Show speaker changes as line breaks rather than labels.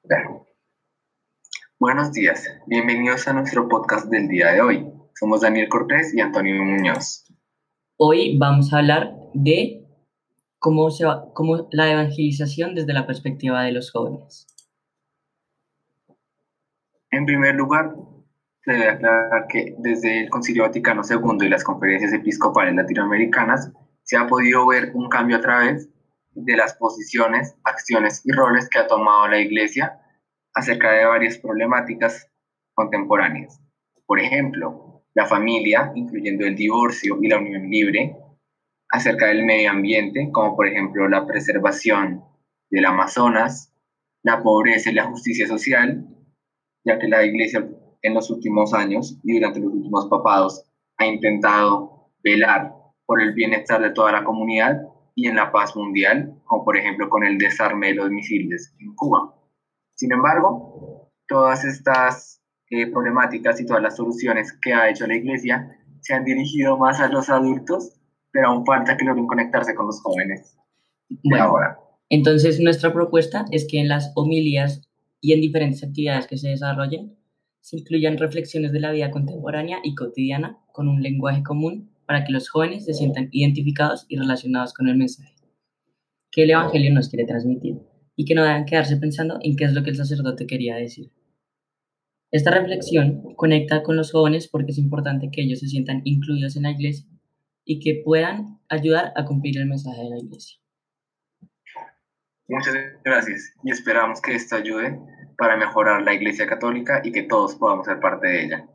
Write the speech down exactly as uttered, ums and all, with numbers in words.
Claro. Buenos días, bienvenidos a nuestro podcast del día de hoy. Somos Daniel Cortés y Antonio Muñoz.
Hoy vamos a hablar de cómo, se va, cómo la evangelización desde la perspectiva de los jóvenes.
En primer lugar, se debe aclarar que desde el Concilio Vaticano segundo y las conferencias episcopales latinoamericanas se ha podido ver un cambio a través de las posiciones, acciones y roles que ha tomado la Iglesia acerca de varias problemáticas contemporáneas. Por ejemplo, la familia, incluyendo el divorcio y la unión libre, acerca del medio ambiente, como por ejemplo la preservación del Amazonas, la pobreza y la justicia social, ya que la Iglesia en los últimos años y durante los últimos papados ha intentado velar por el bienestar de toda la comunidad y en la paz mundial, como por ejemplo con el desarme de los misiles en Cuba. Sin embargo, todas estas eh, problemáticas y todas las soluciones que ha hecho la Iglesia se han dirigido más a los adultos, pero aún falta que logren conectarse con los jóvenes de
Bueno,
ahora.
entonces nuestra propuesta es que en las homilías y en diferentes actividades que se desarrollen se incluyan reflexiones de la vida contemporánea y cotidiana con un lenguaje común para que los jóvenes se sientan identificados y relacionados con el mensaje que el Evangelio nos quiere transmitir y que no deban quedarse pensando en qué es lo que el sacerdote quería decir. Esta reflexión conecta con los jóvenes porque es importante que ellos se sientan incluidos en la iglesia y que puedan ayudar a cumplir el mensaje de la iglesia.
Muchas gracias y esperamos que esto ayude para mejorar la Iglesia Católica y que todos podamos ser parte de ella.